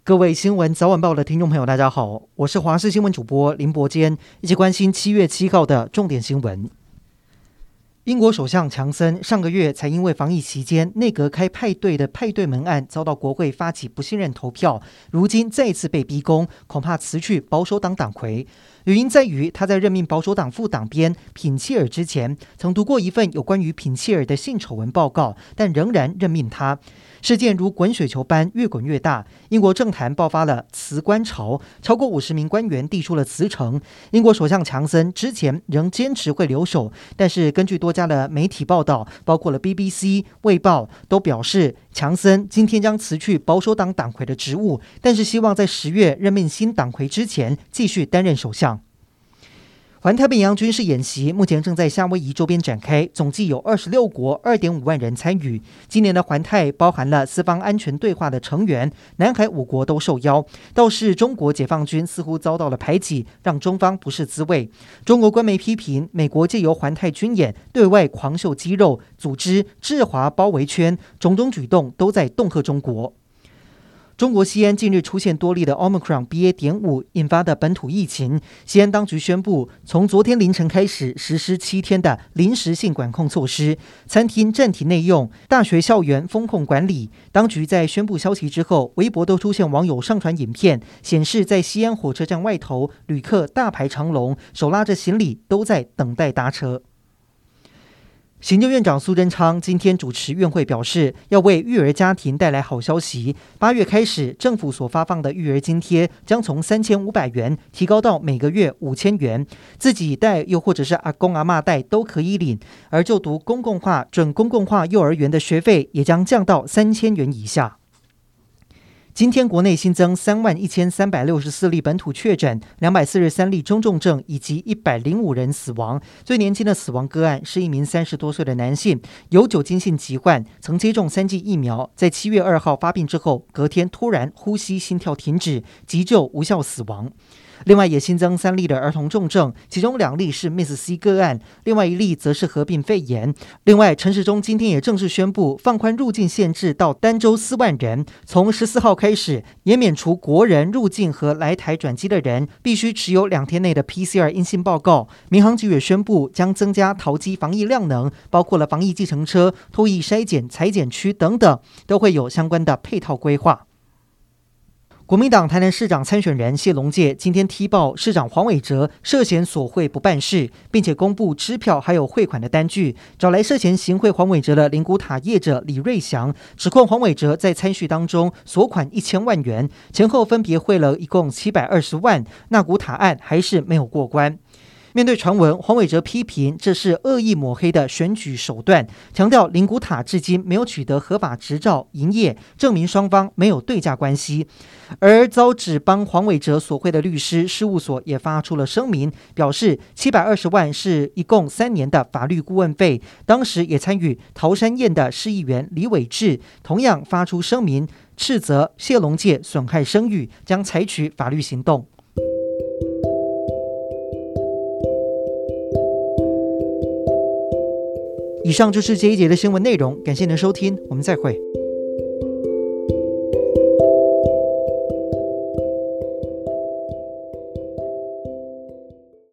各位新闻早晚报的听众朋友大家好，我是华视新闻主播林伯坚，一起关心7月7号的重点新闻。英国首相强森上个月才因为防疫期间内阁开派对的派对门案遭到国会发起不信任投票，如今再次被逼宫，恐怕辞去保守党党魁。原因在于他在任命保守党副党鞭品切尔之前，曾读过一份有关于品切尔的性丑闻报告，但仍然任命他。事件如滚雪球般越滚越大，英国政坛爆发了辞官潮，超过50名官员递出了辞呈。英国首相强森之前仍坚持会留守，但是根据多家的媒体报道，包括了 BBC、卫报，都表示强森今天将辞去保守党党魁的职务，但是希望在10月任命新党魁之前继续担任首相。环太平洋军事演习目前正在夏威夷周边展开，总计有26国2.5万人参与。今年的环太包含了四方安全对话的成员，南海5国都受邀，倒是中国解放军似乎遭到了排挤，让中方不是滋味。中国官媒批评美国借由环太军演对外狂秀肌肉，组织制华包围圈，种种举动都在恫吓中国。中国西安近日出现多例的 Omicron BA.5 引发的本土疫情，西安当局宣布从昨天凌晨开始实施7天的临时性管控措施，餐厅暂停内用，大学校园封控管理。当局在宣布消息之后，微博都出现网友上传影片，显示在西安火车站外头，旅客大排长龙，手拉着行李都在等待搭车。行政院长苏贞昌今天主持院会表示，要为育儿家庭带来好消息。8月开始，政府所发放的育儿津贴将从3500元提高到每个月5000元，自己带又或者是阿公阿嬷带都可以领。而就读公共化、准公共化幼儿园的学费也将降到3000元以下。今天国内新增31364例本土确诊，243例中重症，以及105人死亡。最年轻的死亡个案是一名30多岁的男性，有酒精性疾患，曾接种3剂疫苗，在7月2号发病之后，隔天突然呼吸心跳停止，急救无效死亡。另外也新增3例的儿童重症，其中2例是 Miss C 个案，另外1例则是合并肺炎。另外陈时中今天也正式宣布放宽入境限制到儋州4万人，从14号开始也免除国人入境和来台转机的人必须持有2天内的 PCR 阴性报告。民航局也宣布将增加桃机防疫量能，包括了防疫计程车、唾液筛检采检区等等，都会有相关的配套规划。国民党台南市长参选人谢龙介今天踢爆市长黄伟哲涉嫌索贿不办事，并且公布支票还有汇款的单据，找来涉嫌行贿黄伟哲的灵骨塔业者李瑞祥，指控黄伟哲在参叙当中索款1000万元，前后分别汇了一共720万，那股塔案还是没有过关。面对传闻，黄伟哲批评这是恶意抹黑的选举手段，强调灵骨塔至今没有取得合法执照营业，证明双方没有对价关系。而遭指帮黄伟哲索贿的律师事务所也发出了声明，表示720万是一共3年的法律顾问费，当时也参与桃山宴的市议员李伟智同样发出声明，斥责谢龙介损害声誉，将采取法律行动。以上就是这一节的新闻内容，感谢您的收听，我们再会。